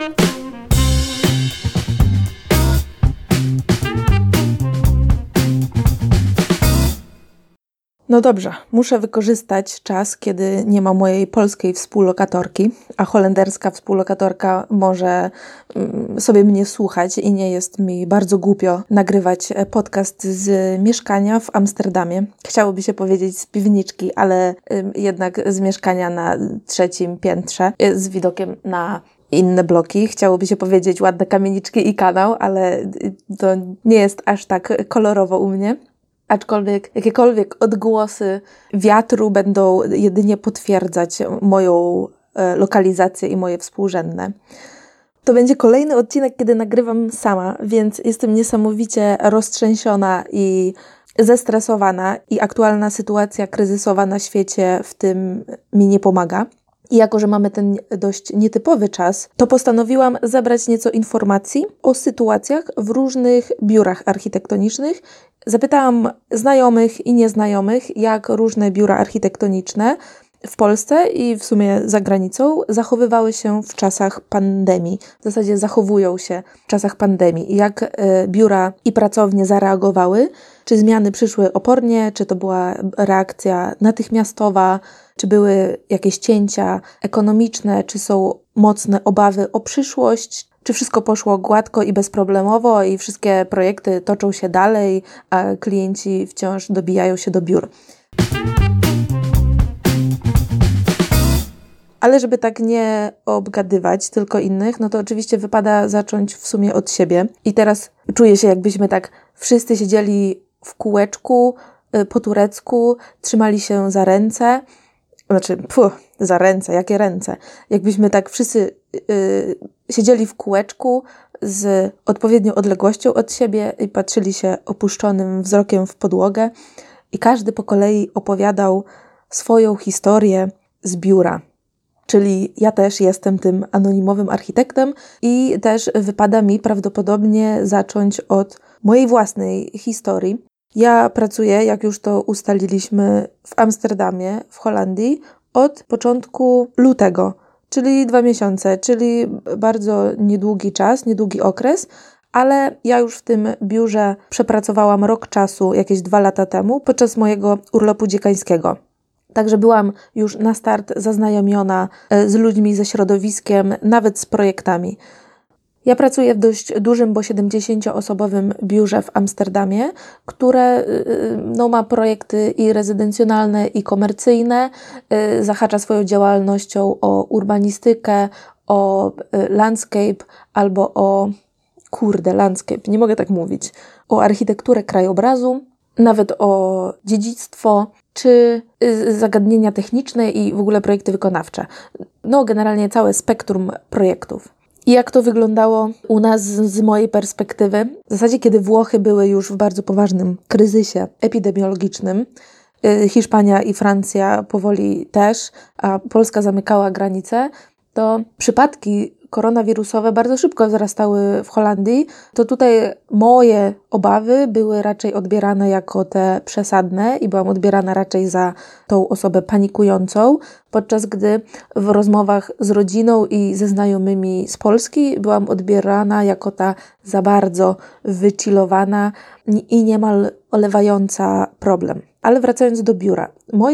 No dobrze, muszę wykorzystać czas, kiedy nie ma mojej polskiej współlokatorki, a holenderska współlokatorka może sobie mnie słuchać i nie jest mi bardzo głupio nagrywać podcast z mieszkania w Amsterdamie. Chciałoby się powiedzieć z piwniczki, ale jednak z mieszkania na 3. piętrze z widokiem na inne bloki. Chciałoby się powiedzieć ładne kamieniczki i kanał, ale to nie jest aż tak kolorowo u mnie. Aczkolwiek jakiekolwiek odgłosy wiatru będą jedynie potwierdzać moją lokalizację i moje współrzędne. To będzie kolejny odcinek, kiedy nagrywam sama, więc jestem niesamowicie roztrzęsiona i zestresowana i aktualna sytuacja kryzysowa na świecie w tym mi nie pomaga. I jako, że mamy ten dość nietypowy czas, to postanowiłam zebrać nieco informacji o sytuacjach w różnych biurach architektonicznych. Zapytałam znajomych i nieznajomych, jak różne biura architektoniczne w Polsce i w sumie za granicą zachowywały się w czasach pandemii. W zasadzie zachowują się w czasach pandemii. Jak biura i pracownie zareagowały, czy zmiany przyszły opornie, czy to była reakcja natychmiastowa, czy były jakieś cięcia ekonomiczne, czy są mocne obawy o przyszłość, czy wszystko poszło gładko i bezproblemowo i wszystkie projekty toczą się dalej, a klienci wciąż dobijają się do biur. Ale żeby tak nie obgadywać tylko innych, no to oczywiście wypada zacząć w sumie od siebie. I teraz czuję się, jakbyśmy tak wszyscy siedzieli w kółeczku po turecku, trzymali się za ręce. Za ręce, jakie ręce? Jakbyśmy tak wszyscy siedzieli w kółeczku z odpowiednią odległością od siebie i patrzyli się opuszczonym wzrokiem w podłogę i każdy po kolei opowiadał swoją historię z biura. Czyli ja też jestem tym anonimowym architektem i też wypada mi prawdopodobnie zacząć od mojej własnej historii. Ja pracuję, jak już to ustaliliśmy, w Amsterdamie, w Holandii, od początku lutego, czyli 2 miesiące, czyli bardzo niedługi czas, niedługi okres, ale ja już w tym biurze przepracowałam rok czasu, jakieś 2 lata temu, podczas mojego urlopu dziekańskiego. Także byłam już na start zaznajomiona z ludźmi, ze środowiskiem, nawet z projektami. Ja pracuję w dość dużym, bo 70-osobowym biurze w Amsterdamie, które ma projekty i rezydencjonalne, i komercyjne, zahacza swoją działalnością o urbanistykę, o landscape albo landscape, nie mogę tak mówić, o architekturę krajobrazu, nawet o dziedzictwo, czy zagadnienia techniczne i w ogóle projekty wykonawcze. Generalnie całe spektrum projektów. I jak to wyglądało u nas z mojej perspektywy? W zasadzie, kiedy Włochy były już w bardzo poważnym kryzysie epidemiologicznym, Hiszpania i Francja powoli też, a Polska zamykała granice, to przypadki koronawirusowe bardzo szybko wzrastały w Holandii, to tutaj moje obawy były raczej odbierane jako te przesadne i byłam odbierana raczej za tą osobę panikującą, podczas gdy w rozmowach z rodziną i ze znajomymi z Polski byłam odbierana jako ta za bardzo wychillowana i niemal olewająca problem. Ale wracając do biura.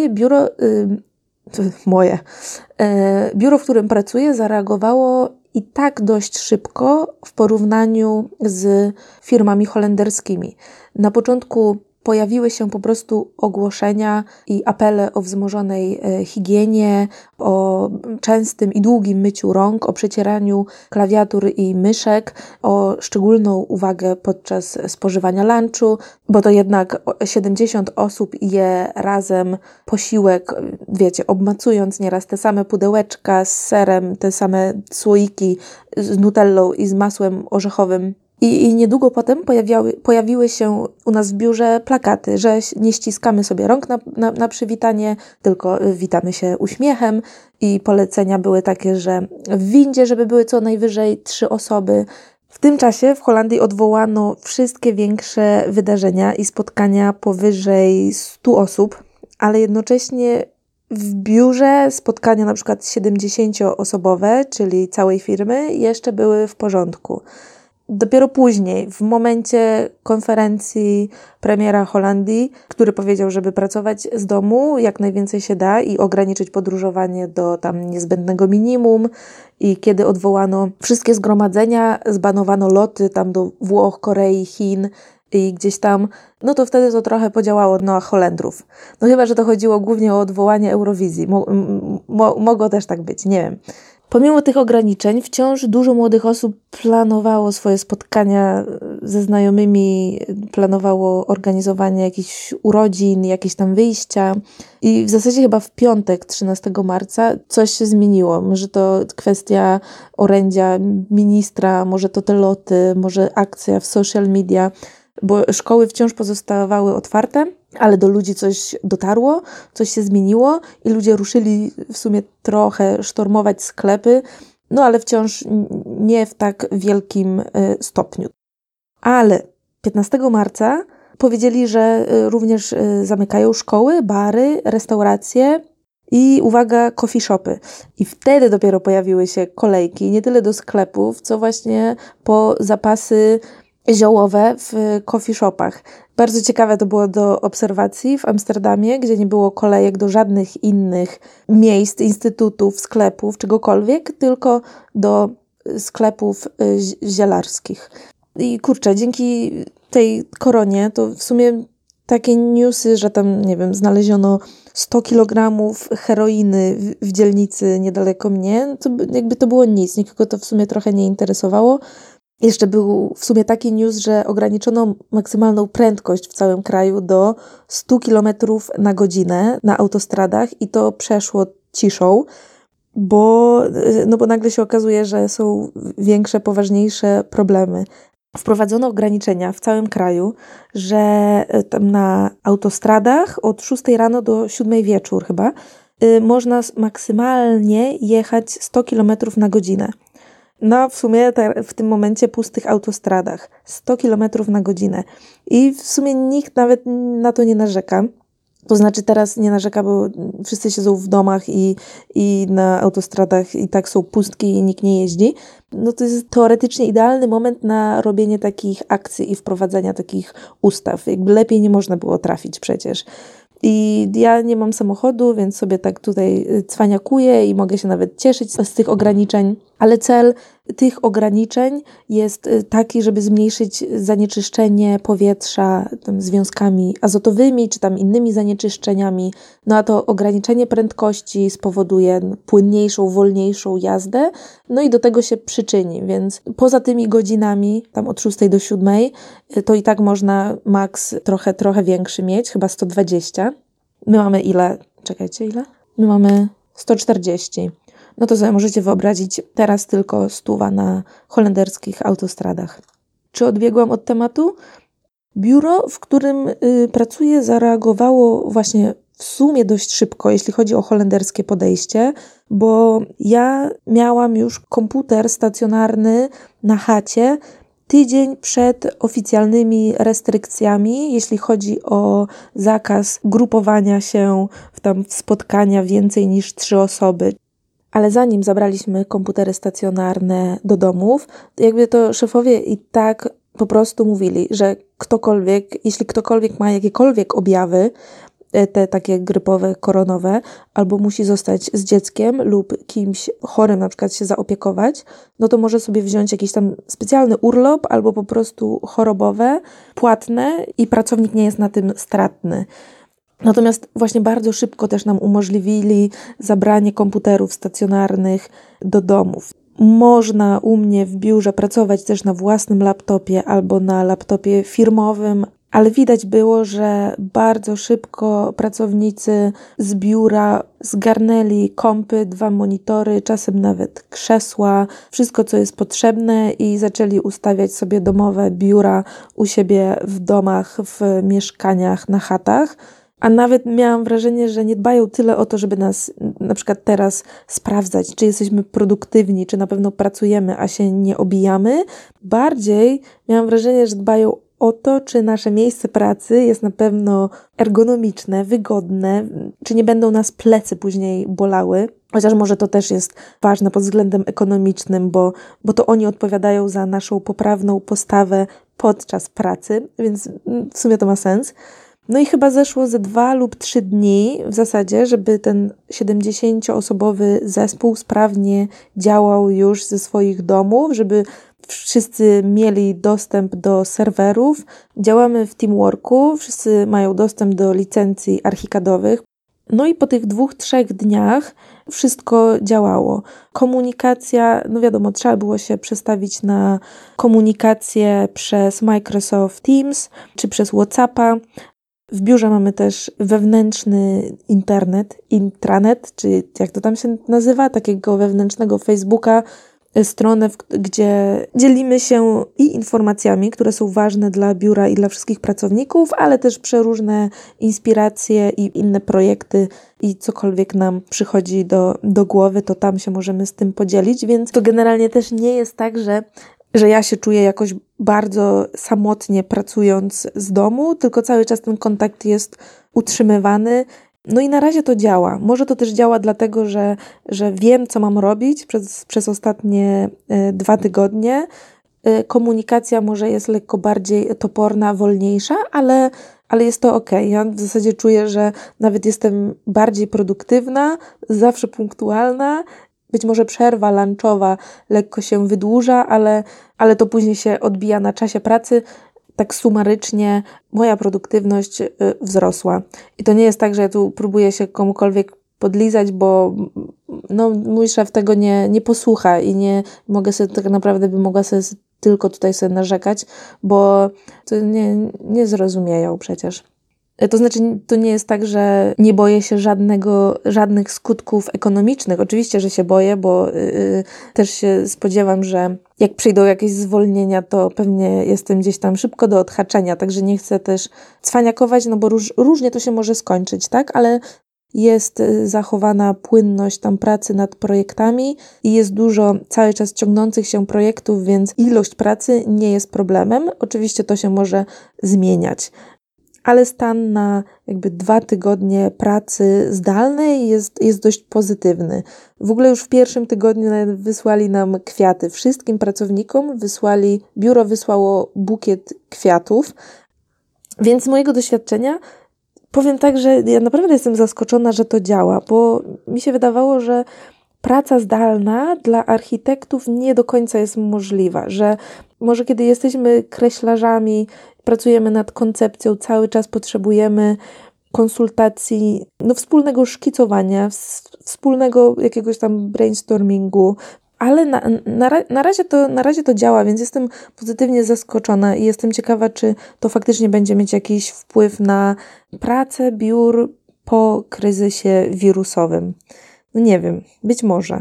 Biuro, w którym pracuję, zareagowało i tak dość szybko w porównaniu z firmami holenderskimi. Na początku pojawiły się po prostu ogłoszenia i apele o wzmożonej higienie, o częstym i długim myciu rąk, o przecieraniu klawiatur i myszek, o szczególną uwagę podczas spożywania lunchu, bo to jednak 70 osób je razem posiłek, obmacując nieraz te same pudełeczka z serem, te same słoiki z nutellą i z masłem orzechowym. I niedługo potem pojawiły się u nas w biurze plakaty, że nie ściskamy sobie rąk na przywitanie, tylko witamy się uśmiechem i polecenia były takie, że w windzie, żeby były co najwyżej 3 osoby. W tym czasie w Holandii odwołano wszystkie większe wydarzenia i spotkania powyżej 100 osób, ale jednocześnie W biurze spotkania na przykład 70-osobowe, czyli całej firmy, jeszcze były w porządku. Dopiero później, w momencie konferencji premiera Holandii, który powiedział, żeby pracować z domu jak najwięcej się da i ograniczyć podróżowanie do tam niezbędnego minimum, i kiedy odwołano wszystkie zgromadzenia, zbanowano loty tam do Włoch, Korei, Chin i gdzieś tam, no to wtedy to trochę podziałało na Holendrów. No chyba, że to chodziło głównie o odwołanie Eurowizji. Mogło też tak być, nie wiem. Pomimo tych ograniczeń, wciąż dużo młodych osób planowało swoje spotkania ze znajomymi, planowało organizowanie jakichś urodzin, jakieś tam wyjścia. I w zasadzie chyba w piątek, 13 marca, coś się zmieniło. Może to kwestia orędzia ministra, może to te loty, może akcja w social media, bo szkoły wciąż pozostawały otwarte, ale do ludzi coś dotarło, coś się zmieniło i ludzie ruszyli w sumie trochę sztormować sklepy, no ale wciąż nie w tak wielkim stopniu. Ale 15 marca powiedzieli, że również zamykają szkoły, bary, restauracje i uwaga, coffee shopy. I wtedy dopiero pojawiły się kolejki, nie tyle do sklepów, co właśnie po zapasy ziołowe w coffee shopach. Bardzo ciekawe to było do obserwacji w Amsterdamie, gdzie nie było kolejek do żadnych innych miejsc, instytutów, sklepów, czegokolwiek, tylko do sklepów zielarskich. I kurczę, dzięki tej koronie to w sumie takie newsy, że tam, nie wiem, znaleziono 100 kilogramów heroiny w dzielnicy niedaleko mnie, to jakby to było nic, nikogo to w sumie trochę nie interesowało. Jeszcze był w sumie taki news, że ograniczono maksymalną prędkość w całym kraju do 100 km na godzinę na autostradach i to przeszło ciszą, bo nagle się okazuje, że są większe, poważniejsze problemy. Wprowadzono ograniczenia w całym kraju, że tam na autostradach od 6 rano do 7 wieczór chyba można maksymalnie jechać 100 km na godzinę. No w sumie w tym momencie pustych autostradach 100 km na godzinę i w sumie nikt nawet na to nie narzeka. To znaczy teraz nie narzeka, bo wszyscy siedzą w domach i na autostradach i tak są pustki i nikt nie jeździ. No to jest teoretycznie idealny moment na robienie takich akcji i wprowadzania takich ustaw. Jakby lepiej nie można było trafić przecież. I ja nie mam samochodu, więc sobie tak tutaj cwaniakuję i mogę się nawet cieszyć z tych ograniczeń. Ale cel tych ograniczeń jest taki, żeby zmniejszyć zanieczyszczenie powietrza tam związkami azotowymi czy tam innymi zanieczyszczeniami. No a to ograniczenie prędkości spowoduje płynniejszą, wolniejszą jazdę. No i do tego się przyczyni, więc poza tymi godzinami, tam od 6 do 7, to i tak można maks trochę większy mieć, chyba 120. My mamy ile? Czekajcie, ile? My mamy 140. No to sobie możecie wyobrazić teraz tylko 100 na holenderskich autostradach. Czy odbiegłam od tematu? Biuro, w którym pracuję, zareagowało właśnie w sumie dość szybko, jeśli chodzi o holenderskie podejście, bo ja miałam już komputer stacjonarny na chacie tydzień przed oficjalnymi restrykcjami, jeśli chodzi o zakaz grupowania się w spotkania więcej niż 3 osoby. Ale zanim zabraliśmy komputery stacjonarne do domów, jakby to szefowie i tak po prostu mówili, że jeśli ktokolwiek ma jakiekolwiek objawy, te takie grypowe, koronowe, albo musi zostać z dzieckiem lub kimś chorym na przykład się zaopiekować, no to może sobie wziąć jakiś tam specjalny urlop albo po prostu chorobowe, płatne i pracownik nie jest na tym stratny. Natomiast właśnie bardzo szybko też nam umożliwili zabranie komputerów stacjonarnych do domów. Można u mnie w biurze pracować też na własnym laptopie albo na laptopie firmowym, ale widać było, że bardzo szybko pracownicy z biura zgarnęli kompy, 2 monitory, czasem nawet krzesła, wszystko co jest potrzebne i zaczęli ustawiać sobie domowe biura u siebie w domach, w mieszkaniach, na chatach. A nawet miałam wrażenie, że nie dbają tyle o to, żeby nas na przykład teraz sprawdzać, czy jesteśmy produktywni, czy na pewno pracujemy, a się nie obijamy. Bardziej miałam wrażenie, że dbają o to, czy nasze miejsce pracy jest na pewno ergonomiczne, wygodne, czy nie będą nas plecy później bolały. Chociaż może to też jest ważne pod względem ekonomicznym, bo to oni odpowiadają za naszą poprawną postawę podczas pracy, więc w sumie to ma sens. No i chyba zeszło ze 2 lub 3 dni w zasadzie, żeby ten 70-osobowy zespół sprawnie działał już ze swoich domów, żeby wszyscy mieli dostęp do serwerów. Działamy w teamworku, wszyscy mają dostęp do licencji archikadowych. No i po tych 2-3 dniach wszystko działało. Komunikacja, no wiadomo, trzeba było się przestawić na komunikację przez Microsoft Teams czy przez WhatsAppa. W biurze mamy też wewnętrzny intranet, czy jak to tam się nazywa, takiego wewnętrznego Facebooka, stronę, gdzie dzielimy się i informacjami, które są ważne dla biura i dla wszystkich pracowników, ale też przeróżne inspiracje i inne projekty i cokolwiek nam przychodzi do głowy, to tam się możemy z tym podzielić, więc to generalnie też nie jest tak, że ja się czuję jakoś bardzo samotnie pracując z domu, tylko cały czas ten kontakt jest utrzymywany. No i na razie to działa. Może to też działa dlatego, że wiem, co mam robić przez ostatnie 2 tygodnie. Komunikacja może jest lekko bardziej toporna, wolniejsza, ale jest to okej. Ja w zasadzie czuję, że nawet jestem bardziej produktywna, zawsze punktualna. Być może przerwa lunchowa lekko się wydłuża, ale to później się odbija na czasie pracy. Tak sumarycznie moja produktywność wzrosła. I to nie jest tak, że ja tu próbuję się komukolwiek podlizać, bo no, mój szef tego nie posłucha i nie mogę sobie, tak naprawdę bym mogła sobie tylko tutaj sobie narzekać, bo to nie zrozumieją przecież. To znaczy, to nie jest tak, że nie boję się żadnych skutków ekonomicznych. Oczywiście, że się boję, bo też się spodziewam, że jak przyjdą jakieś zwolnienia, to pewnie jestem gdzieś tam szybko do odhaczenia, także nie chcę też cwaniakować, no bo różnie to się może skończyć, tak? Ale jest zachowana płynność tam pracy nad projektami i jest dużo cały czas ciągnących się projektów, więc ilość pracy nie jest problemem. Oczywiście to się może zmieniać. Ale stan na jakby 2 tygodnie pracy zdalnej jest dość pozytywny. W ogóle już w pierwszym tygodniu nawet wysłali nam kwiaty. Wszystkim pracownikom biuro wysłało bukiet kwiatów. Więc z mojego doświadczenia powiem tak, że ja naprawdę jestem zaskoczona, że to działa, bo mi się wydawało, że praca zdalna dla architektów nie do końca jest możliwa, że może kiedy jesteśmy kreślarzami, pracujemy nad koncepcją, cały czas potrzebujemy konsultacji, wspólnego szkicowania, wspólnego jakiegoś tam brainstormingu, ale na razie to działa, więc jestem pozytywnie zaskoczona i jestem ciekawa, czy to faktycznie będzie mieć jakiś wpływ na pracę biur po kryzysie wirusowym. No nie wiem, być może.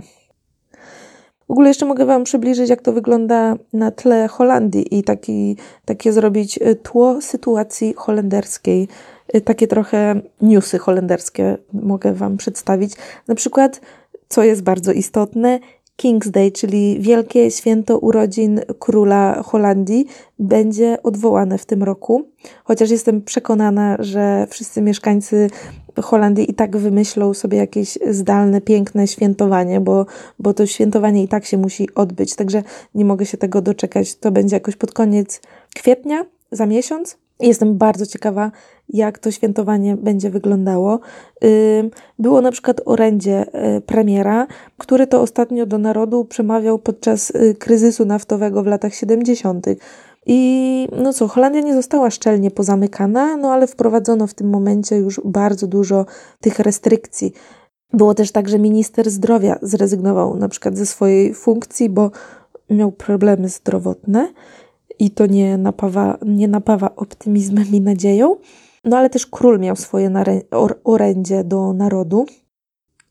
W ogóle jeszcze mogę Wam przybliżyć, jak to wygląda na tle Holandii i takie zrobić tło sytuacji holenderskiej. Takie trochę newsy holenderskie mogę Wam przedstawić. Na przykład, co jest bardzo istotne, King's Day, czyli wielkie święto urodzin króla Holandii, będzie odwołane w tym roku. Chociaż jestem przekonana, że wszyscy mieszkańcy Holandii i tak wymyślą sobie jakieś zdalne, piękne świętowanie, bo to świętowanie i tak się musi odbyć. Także nie mogę się tego doczekać. To będzie jakoś pod koniec kwietnia, za miesiąc. Jestem bardzo ciekawa, jak to świętowanie będzie wyglądało. Było na przykład orędzie premiera, który to ostatnio do narodu przemawiał podczas kryzysu naftowego w latach 70. I Holandia nie została szczelnie pozamykana, ale wprowadzono w tym momencie już bardzo dużo tych restrykcji. Było też tak, że minister zdrowia zrezygnował na przykład ze swojej funkcji, bo miał problemy zdrowotne i to nie napawa optymizmem i nadzieją. Ale też król miał swoje orędzie do narodu.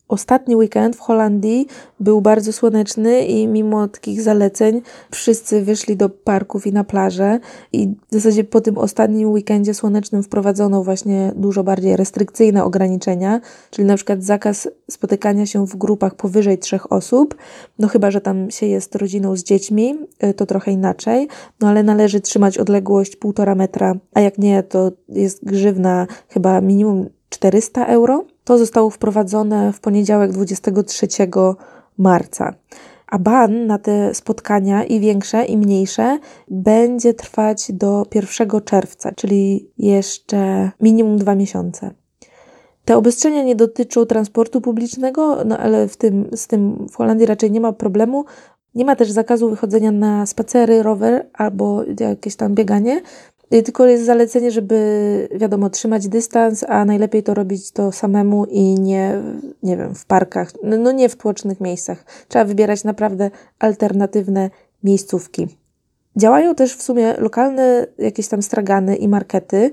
ostatni weekend w Holandii był bardzo słoneczny i mimo takich zaleceń wszyscy wyszli do parków i na plażę i w zasadzie po tym ostatnim weekendzie słonecznym wprowadzono właśnie dużo bardziej restrykcyjne ograniczenia, czyli na przykład zakaz spotykania się w grupach powyżej 3 osób, no chyba, że tam się jest rodziną z dziećmi, to trochę inaczej, no ale należy trzymać odległość 1,5 metra, a jak nie, to jest grzywna chyba minimum 400 euro. To zostało wprowadzone w poniedziałek 23 marca. A ban na te spotkania i większe, i mniejsze będzie trwać do 1 czerwca, czyli jeszcze minimum 2 miesiące. Te obostrzenia nie dotyczą transportu publicznego, no ale z tym w Holandii raczej nie ma problemu. Nie ma też zakazu wychodzenia na spacery, rower albo jakieś tam bieganie, tylko jest zalecenie, żeby, wiadomo, trzymać dystans, a najlepiej to robić to samemu i nie wiem, w parkach, no nie w tłocznych miejscach. Trzeba wybierać naprawdę alternatywne miejscówki. Działają też w sumie lokalne jakieś tam stragany i markety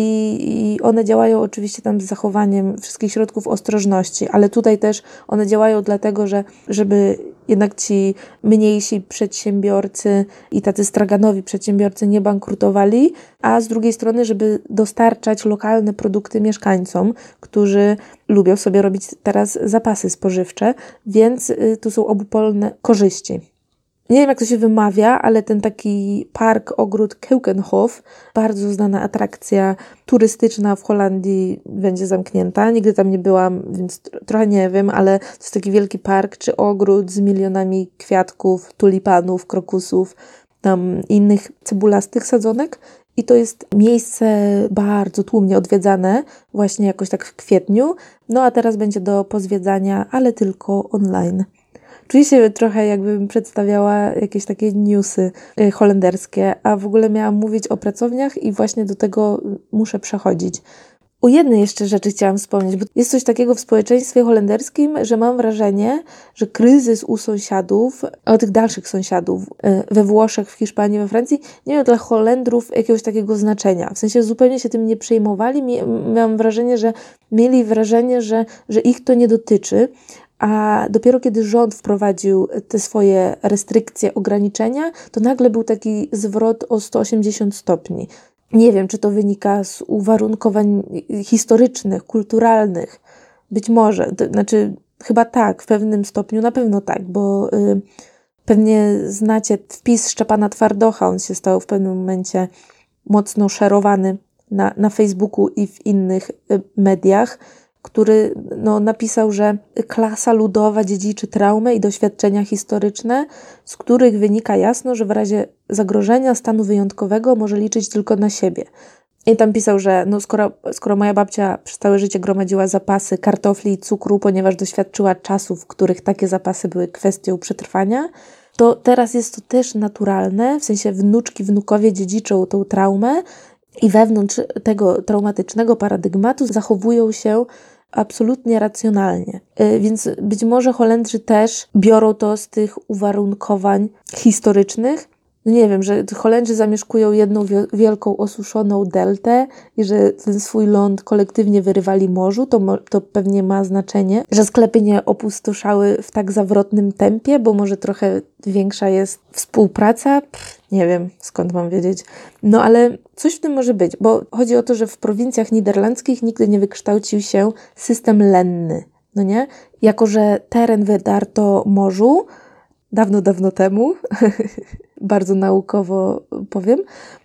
i one działają oczywiście tam z zachowaniem wszystkich środków ostrożności, ale tutaj też one działają dlatego, żeby jednak ci mniejsi przedsiębiorcy i tacy straganowi przedsiębiorcy nie bankrutowali, a z drugiej strony, żeby dostarczać lokalne produkty mieszkańcom, którzy lubią sobie robić teraz zapasy spożywcze, więc tu są obopólne korzyści. Nie wiem, jak to się wymawia, ale ten taki ogród Keukenhof, bardzo znana atrakcja turystyczna w Holandii, będzie zamknięta. Nigdy tam nie byłam, więc trochę nie wiem, ale to jest taki wielki park czy ogród z milionami kwiatków, tulipanów, krokusów, tam innych cebulastych sadzonek. I to jest miejsce bardzo tłumnie odwiedzane, właśnie jakoś tak w kwietniu. No a teraz będzie do pozwiedzania, ale tylko online. Czuję się trochę, jakbym przedstawiała jakieś takie newsy holenderskie, a w ogóle miałam mówić o pracowniach i właśnie do tego muszę przechodzić. O jednej jeszcze rzeczy chciałam wspomnieć, bo jest coś takiego w społeczeństwie holenderskim, że mam wrażenie, że kryzys u sąsiadów, o tych dalszych sąsiadów we Włoszech, w Hiszpanii, we Francji, nie miał dla Holendrów jakiegoś takiego znaczenia. W sensie zupełnie się tym nie przejmowali. Miałam wrażenie, że mieli wrażenie, że ich to nie dotyczy. A dopiero kiedy rząd wprowadził te swoje restrykcje, ograniczenia, to nagle był taki zwrot o 180 stopni. Nie wiem, czy to wynika z uwarunkowań historycznych, kulturalnych. Być może, znaczy chyba tak, w pewnym stopniu na pewno tak, bo pewnie znacie wpis Szczepana Twardocha, on się stał w pewnym momencie mocno szerowany na Facebooku i w innych mediach, który napisał, że klasa ludowa dziedziczy traumę i doświadczenia historyczne, z których wynika jasno, że w razie zagrożenia stanu wyjątkowego może liczyć tylko na siebie. I tam pisał, że skoro moja babcia przez całe życie gromadziła zapasy kartofli i cukru, ponieważ doświadczyła czasów, w których takie zapasy były kwestią przetrwania, to teraz jest to też naturalne, w sensie wnuczki, wnukowie dziedziczą tą traumę i wewnątrz tego traumatycznego paradygmatu zachowują się absolutnie racjonalnie. Więc być może Holendrzy też biorą to z tych uwarunkowań historycznych. Nie wiem, że Holendrzy zamieszkują jedną wielką osuszoną deltę i że ten swój ląd kolektywnie wyrywali morzu, to pewnie ma znaczenie, że sklepy nie opustoszały w tak zawrotnym tempie, bo może trochę większa jest współpraca. Nie wiem, skąd mam wiedzieć. No ale coś w tym może być, bo chodzi o to, że w prowincjach niderlandzkich nigdy nie wykształcił się system lenny, no nie? Jako że teren wydarto morzu, dawno temu, bardzo naukowo powiem,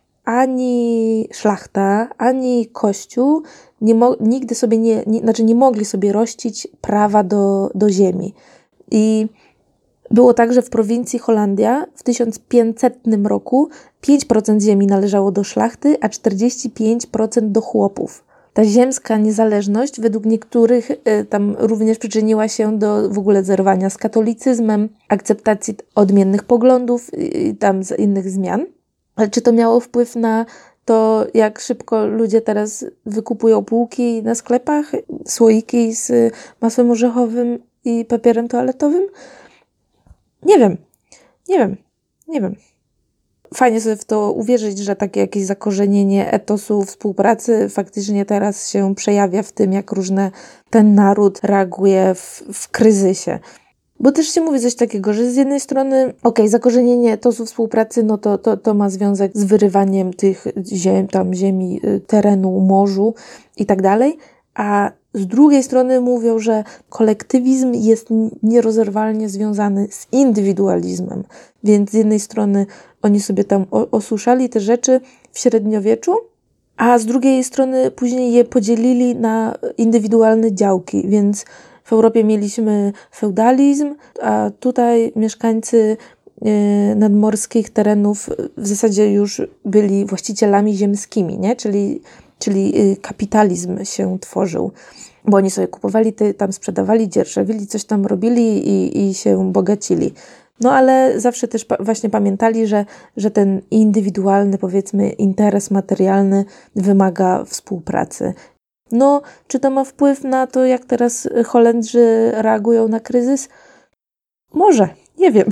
ani szlachta, ani kościół nigdy sobie nie mogli sobie rościć prawa do ziemi. I było tak, że w prowincji Holandia w 1500 roku 5% ziemi należało do szlachty, a 45% do chłopów. Ta ziemska niezależność według niektórych tam również przyczyniła się do w ogóle zerwania z katolicyzmem, akceptacji odmiennych poglądów i tam innych zmian. Ale czy to miało wpływ na to, jak szybko ludzie teraz wykupują bułki na sklepach, słoiki z masłem orzechowym i papierem toaletowym? Nie wiem. fajnie sobie w to uwierzyć, że takie jakieś zakorzenienie etosu współpracy faktycznie teraz się przejawia w tym, jak ten naród reaguje w kryzysie. Bo też się mówi coś takiego, że z jednej strony, zakorzenienie etosu współpracy, no to ma związek z wyrywaniem tych ziemi, terenu, morzu i tak dalej, a z drugiej strony mówią, że kolektywizm jest nierozerwalnie związany z indywidualizmem. Więc z jednej strony oni sobie tam osuszali te rzeczy w średniowieczu, a z drugiej strony później je podzielili na indywidualne działki, więc w Europie mieliśmy feudalizm, a tutaj mieszkańcy nadmorskich terenów w zasadzie już byli właścicielami ziemskimi, nie? Czyli kapitalizm się tworzył, bo oni sobie kupowali, tam sprzedawali, dzierżawili, coś tam robili i się bogacili. No ale zawsze też właśnie pamiętali, że ten indywidualny, powiedzmy, interes materialny wymaga współpracy. No, czy to ma wpływ na to, jak teraz Holendrzy reagują na kryzys? Może, nie wiem.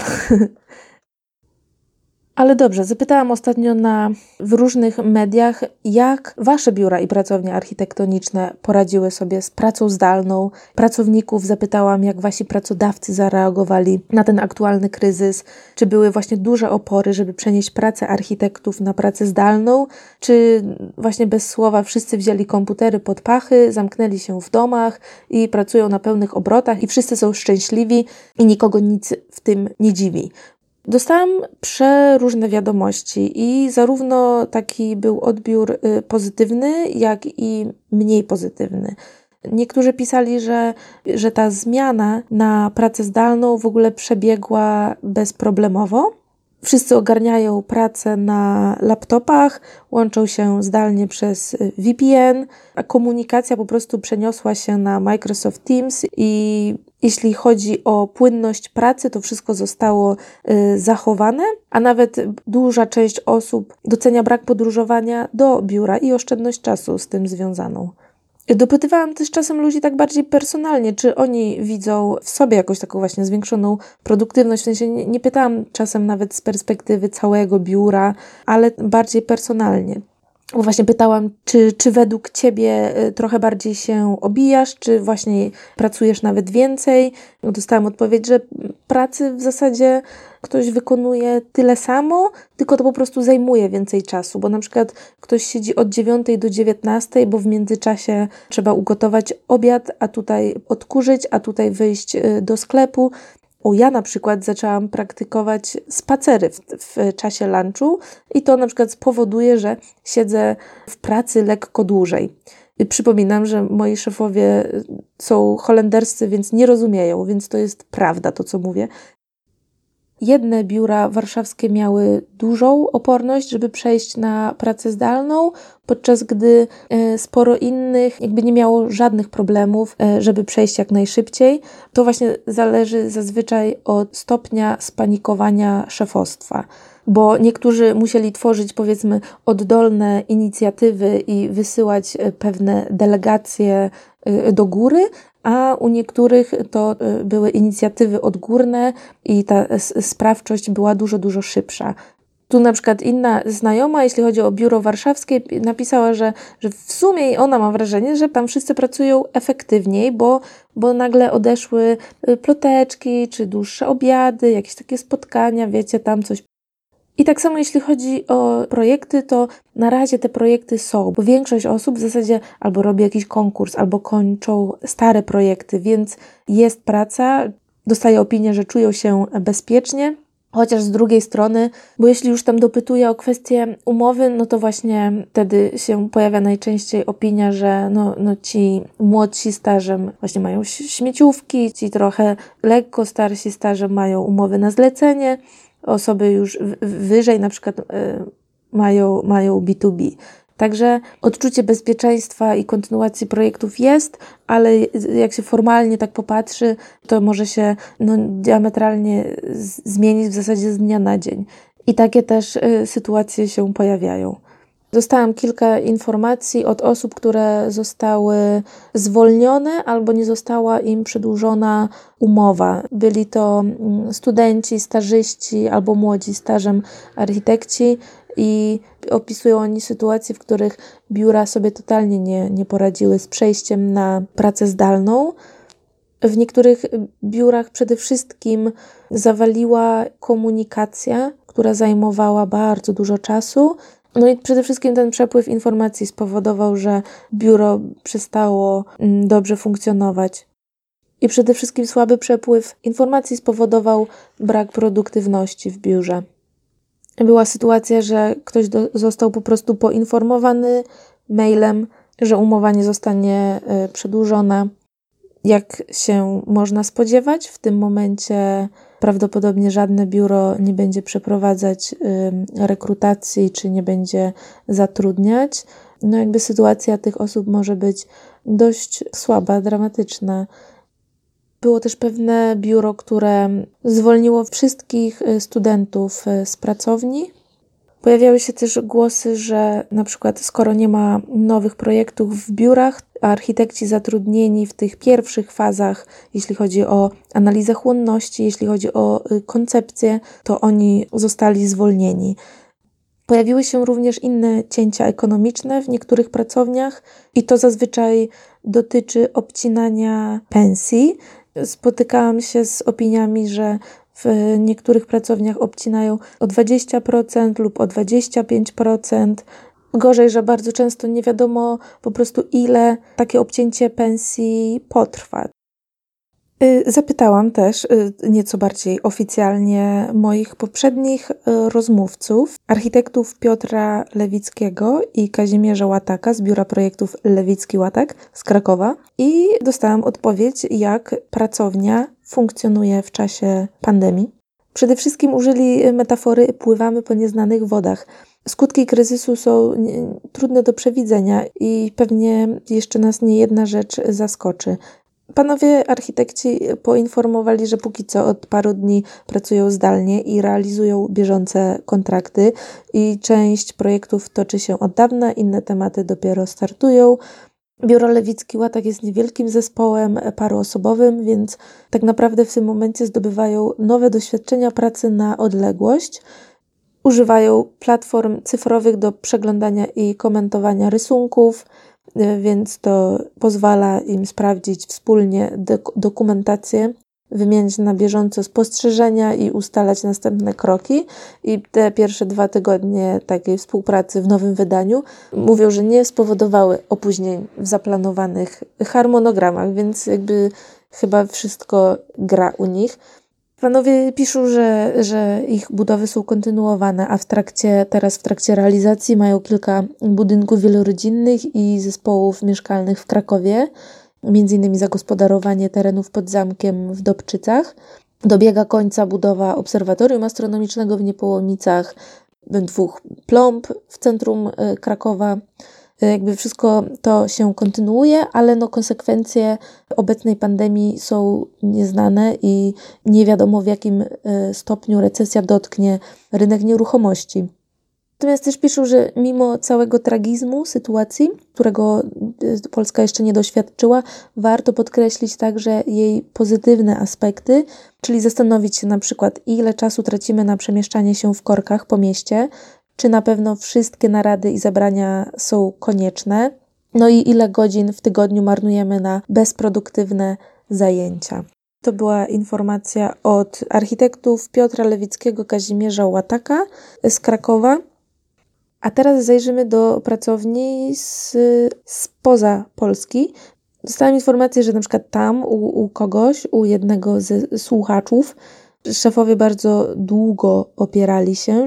Ale dobrze, zapytałam ostatnio w różnych mediach, jak wasze biura i pracownie architektoniczne poradziły sobie z pracą zdalną. Pracowników zapytałam, jak wasi pracodawcy zareagowali na ten aktualny kryzys. Czy były właśnie duże opory, żeby przenieść pracę architektów na pracę zdalną? Czy właśnie bez słowa wszyscy wzięli komputery pod pachy, zamknęli się w domach i pracują na pełnych obrotach i wszyscy są szczęśliwi i nikogo nic w tym nie dziwi? Dostałam przeróżne wiadomości i zarówno taki był odbiór pozytywny, jak i mniej pozytywny. Niektórzy pisali, że ta zmiana na pracę zdalną w ogóle przebiegła bezproblemowo. Wszyscy ogarniają pracę na laptopach, łączą się zdalnie przez VPN, a komunikacja po prostu przeniosła się na Microsoft Teams i jeśli chodzi o płynność pracy, to wszystko zostało zachowane, a nawet duża część osób docenia brak podróżowania do biura i oszczędność czasu z tym związaną. Dopytywałam też czasem ludzi tak bardziej personalnie, czy oni widzą w sobie jakąś taką właśnie zwiększoną produktywność. W sensie nie pytałam czasem nawet z perspektywy całego biura, ale bardziej personalnie. Bo właśnie pytałam, czy według ciebie trochę bardziej się obijasz, czy właśnie pracujesz nawet więcej. Dostałam odpowiedź, że pracy w zasadzie ktoś wykonuje tyle samo, tylko to po prostu zajmuje więcej czasu, bo na przykład ktoś siedzi od 9 do 19, bo w międzyczasie trzeba ugotować obiad, a tutaj odkurzyć, a tutaj wyjść do sklepu. Ja na przykład zaczęłam praktykować spacery w czasie lunchu i to na przykład spowoduje, że siedzę w pracy lekko dłużej. I przypominam, że moi szefowie są holenderscy, więc nie rozumieją, więc to jest prawda to, co mówię. Jedne biura warszawskie miały dużą oporność, żeby przejść na pracę zdalną, podczas gdy sporo innych jakby nie miało żadnych problemów, żeby przejść jak najszybciej. To właśnie zależy zazwyczaj od stopnia spanikowania szefostwa, bo niektórzy musieli tworzyć, powiedzmy, oddolne inicjatywy i wysyłać pewne delegacje do góry, a u niektórych to były inicjatywy odgórne i ta sprawczość była dużo, dużo szybsza. Tu na przykład inna znajoma, jeśli chodzi o biuro warszawskie, napisała, że w sumie ona ma wrażenie, że tam wszyscy pracują efektywniej, bo nagle odeszły ploteczki, czy dłuższe obiady, jakieś takie spotkania, wiecie, tam coś. I tak samo jeśli chodzi o projekty, to na razie te projekty są, bo większość osób w zasadzie albo robi jakiś konkurs, albo kończą stare projekty, więc jest praca, dostaje opinię, że czują się bezpiecznie, chociaż z drugiej strony, bo jeśli już tam dopytuję o kwestię umowy, no to właśnie wtedy się pojawia najczęściej opinia, że no ci młodsi stażem właśnie mają śmieciówki, ci trochę lekko starsi stażem mają umowy na zlecenie, osoby już wyżej na przykład mają B2B. Także odczucie bezpieczeństwa i kontynuacji projektów jest, ale jak się formalnie tak popatrzy, to może się diametralnie zmienić w zasadzie z dnia na dzień. I takie też sytuacje się pojawiają. Dostałam kilka informacji od osób, które zostały zwolnione albo nie została im przedłużona umowa. Byli to studenci, stażyści albo młodzi stażem architekci i opisują oni sytuacje, w których biura sobie totalnie nie poradziły z przejściem na pracę zdalną. W niektórych biurach przede wszystkim zawaliła komunikacja, która zajmowała bardzo dużo czasu. No i przede wszystkim ten przepływ informacji spowodował, że biuro przestało dobrze funkcjonować. I przede wszystkim słaby przepływ informacji spowodował brak produktywności w biurze. Była sytuacja, że ktoś został po prostu poinformowany mailem, że umowa nie zostanie przedłużona. Jak się można spodziewać, w tym momencie prawdopodobnie żadne biuro nie będzie przeprowadzać rekrutacji, czy nie będzie zatrudniać. No jakby sytuacja tych osób może być dość słaba, dramatyczna. Było też pewne biuro, które zwolniło wszystkich studentów z pracowni. Pojawiały się też głosy, że na przykład skoro nie ma nowych projektów w biurach, a architekci zatrudnieni w tych pierwszych fazach, jeśli chodzi o analizę chłonności, jeśli chodzi o koncepcję, to oni zostali zwolnieni. Pojawiły się również inne cięcia ekonomiczne w niektórych pracowniach i to zazwyczaj dotyczy obcinania pensji. Spotykałam się z opiniami, że w niektórych pracowniach obcinają o 20% lub o 25%. Gorzej, że bardzo często nie wiadomo po prostu, ile takie obcięcie pensji potrwa. Zapytałam też nieco bardziej oficjalnie moich poprzednich rozmówców, architektów Piotra Lewickiego i Kazimierza Łataka z Biura Projektów Lewicki-Łatak z Krakowa i dostałam odpowiedź, jak pracownia funkcjonuje w czasie pandemii. Przede wszystkim użyli metafory pływamy po nieznanych wodach. Skutki kryzysu są trudne do przewidzenia i pewnie jeszcze nas nie jedna rzecz zaskoczy. Panowie architekci poinformowali, że póki co od paru dni pracują zdalnie i realizują bieżące kontrakty i część projektów toczy się od dawna, inne tematy dopiero startują. Biuro Lewicki-Łatak jest niewielkim zespołem paroosobowym, więc tak naprawdę w tym momencie zdobywają nowe doświadczenia pracy na odległość. Używają platform cyfrowych do przeglądania i komentowania rysunków, więc to pozwala im sprawdzić wspólnie dokumentację, wymieniać na bieżąco spostrzeżenia i ustalać następne kroki. I te pierwsze 2 tygodnie takiej współpracy w nowym wydaniu mówią, że nie spowodowały opóźnień w zaplanowanych harmonogramach, więc jakby chyba wszystko gra u nich. Panowie piszą, że ich budowy są kontynuowane, a teraz w trakcie realizacji mają kilka budynków wielorodzinnych i zespołów mieszkalnych w Krakowie, m.in. zagospodarowanie terenów pod zamkiem w Dobczycach. Dobiega końca budowa obserwatorium astronomicznego w Niepołomicach, 2 plomb w centrum Krakowa. Jakby wszystko to się kontynuuje, ale konsekwencje obecnej pandemii są nieznane i nie wiadomo, w jakim stopniu recesja dotknie rynek nieruchomości. Natomiast też piszą, że mimo całego tragizmu sytuacji, którego Polska jeszcze nie doświadczyła, warto podkreślić także jej pozytywne aspekty, czyli zastanowić się na przykład, ile czasu tracimy na przemieszczanie się w korkach po mieście, czy na pewno wszystkie narady i zebrania są konieczne, no i ile godzin w tygodniu marnujemy na bezproduktywne zajęcia. To była informacja od architektów Piotra Lewickiego, Kazimierza Łataka z Krakowa. A teraz zajrzymy do pracowni spoza Polski. Dostałam informację, że na przykład tam u kogoś, u jednego ze słuchaczów, szefowie bardzo długo opierali się,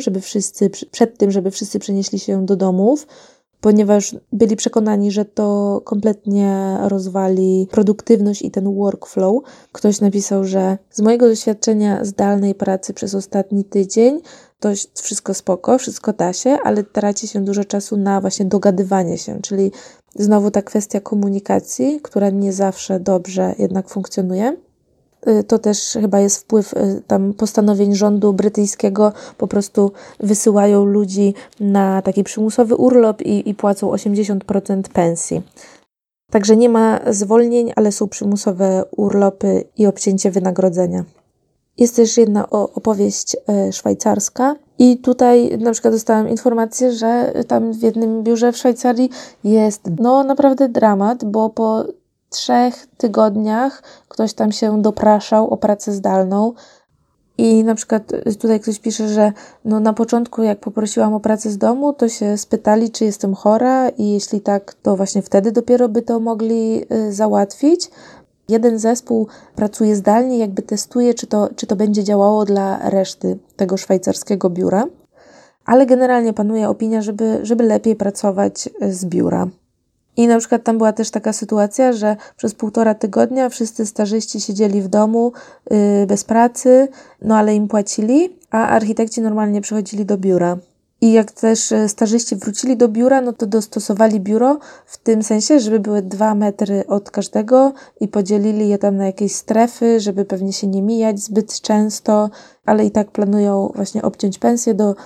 żeby wszyscy przenieśli się do domów, ponieważ byli przekonani, że to kompletnie rozwali produktywność i ten workflow. Ktoś napisał, że z mojego doświadczenia zdalnej pracy przez ostatni tydzień to wszystko spoko, wszystko da się, ale traci się dużo czasu na właśnie dogadywanie się, czyli znowu ta kwestia komunikacji, która nie zawsze dobrze jednak funkcjonuje. to też chyba jest wpływ tam postanowień rządu brytyjskiego, po prostu wysyłają ludzi na taki przymusowy urlop i płacą 80% pensji. Także nie ma zwolnień, ale są przymusowe urlopy i obcięcie wynagrodzenia. Jest też jedna opowieść szwajcarska i tutaj na przykład dostałam informację, że tam w jednym biurze w Szwajcarii jest naprawdę dramat, bo po 3 tygodniach ktoś tam się dopraszał o pracę zdalną i na przykład tutaj ktoś pisze, że na początku jak poprosiłam o pracę z domu, to się spytali, czy jestem chora i jeśli tak, to właśnie wtedy dopiero by to mogli załatwić. Jeden zespół pracuje zdalnie, jakby testuje, czy to będzie działało dla reszty tego szwajcarskiego biura, ale generalnie panuje opinia, żeby lepiej pracować z biura. I na przykład tam była też taka sytuacja, że przez 1,5 tygodnia wszyscy stażyści siedzieli w domu bez pracy, ale im płacili, a architekci normalnie przychodzili do biura. I jak też stażyści wrócili do biura, to dostosowali biuro w tym sensie, żeby były 2 metry od każdego i podzielili je tam na jakieś strefy, żeby pewnie się nie mijać zbyt często, ale i tak planują właśnie obciąć pensję do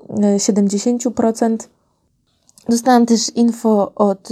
70%. Dostałam też info od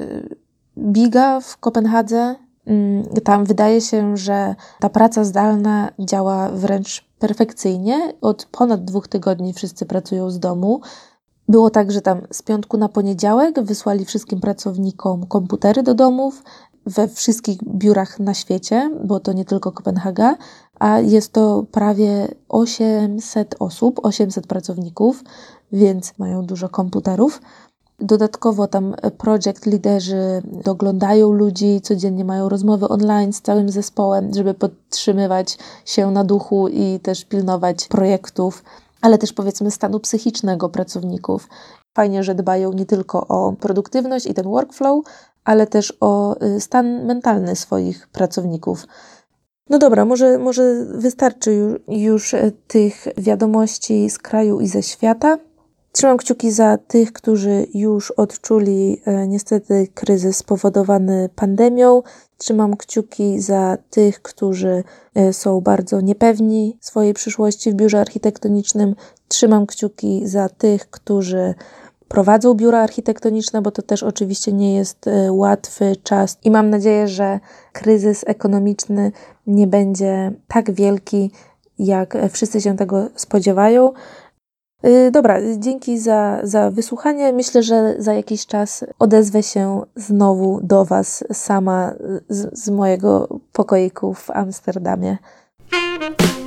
Biga w Kopenhadze. Tam wydaje się, że ta praca zdalna działa wręcz perfekcyjnie. Od ponad 2 tygodni wszyscy pracują z domu. Było tak, że tam z piątku na poniedziałek wysłali wszystkim pracownikom komputery do domów we wszystkich biurach na świecie, bo to nie tylko Kopenhaga, a jest to prawie 800 osób, 800 pracowników, więc mają dużo komputerów. Dodatkowo tam project liderzy doglądają ludzi, codziennie mają rozmowy online z całym zespołem, żeby podtrzymywać się na duchu i też pilnować projektów, ale też powiedzmy stanu psychicznego pracowników. Fajnie, że dbają nie tylko o produktywność i ten workflow, ale też o stan mentalny swoich pracowników. No dobra, może wystarczy już tych wiadomości z kraju i ze świata. Trzymam kciuki za tych, którzy już odczuli niestety kryzys spowodowany pandemią. Trzymam kciuki za tych, którzy są bardzo niepewni swojej przyszłości w biurze architektonicznym. Trzymam kciuki za tych, którzy prowadzą biura architektoniczne, bo to też oczywiście nie jest łatwy czas i mam nadzieję, że kryzys ekonomiczny nie będzie tak wielki, jak wszyscy się tego spodziewają. Dobra, dzięki za wysłuchanie. Myślę, że za jakiś czas odezwę się znowu do Was sama z mojego pokoiku w Amsterdamie.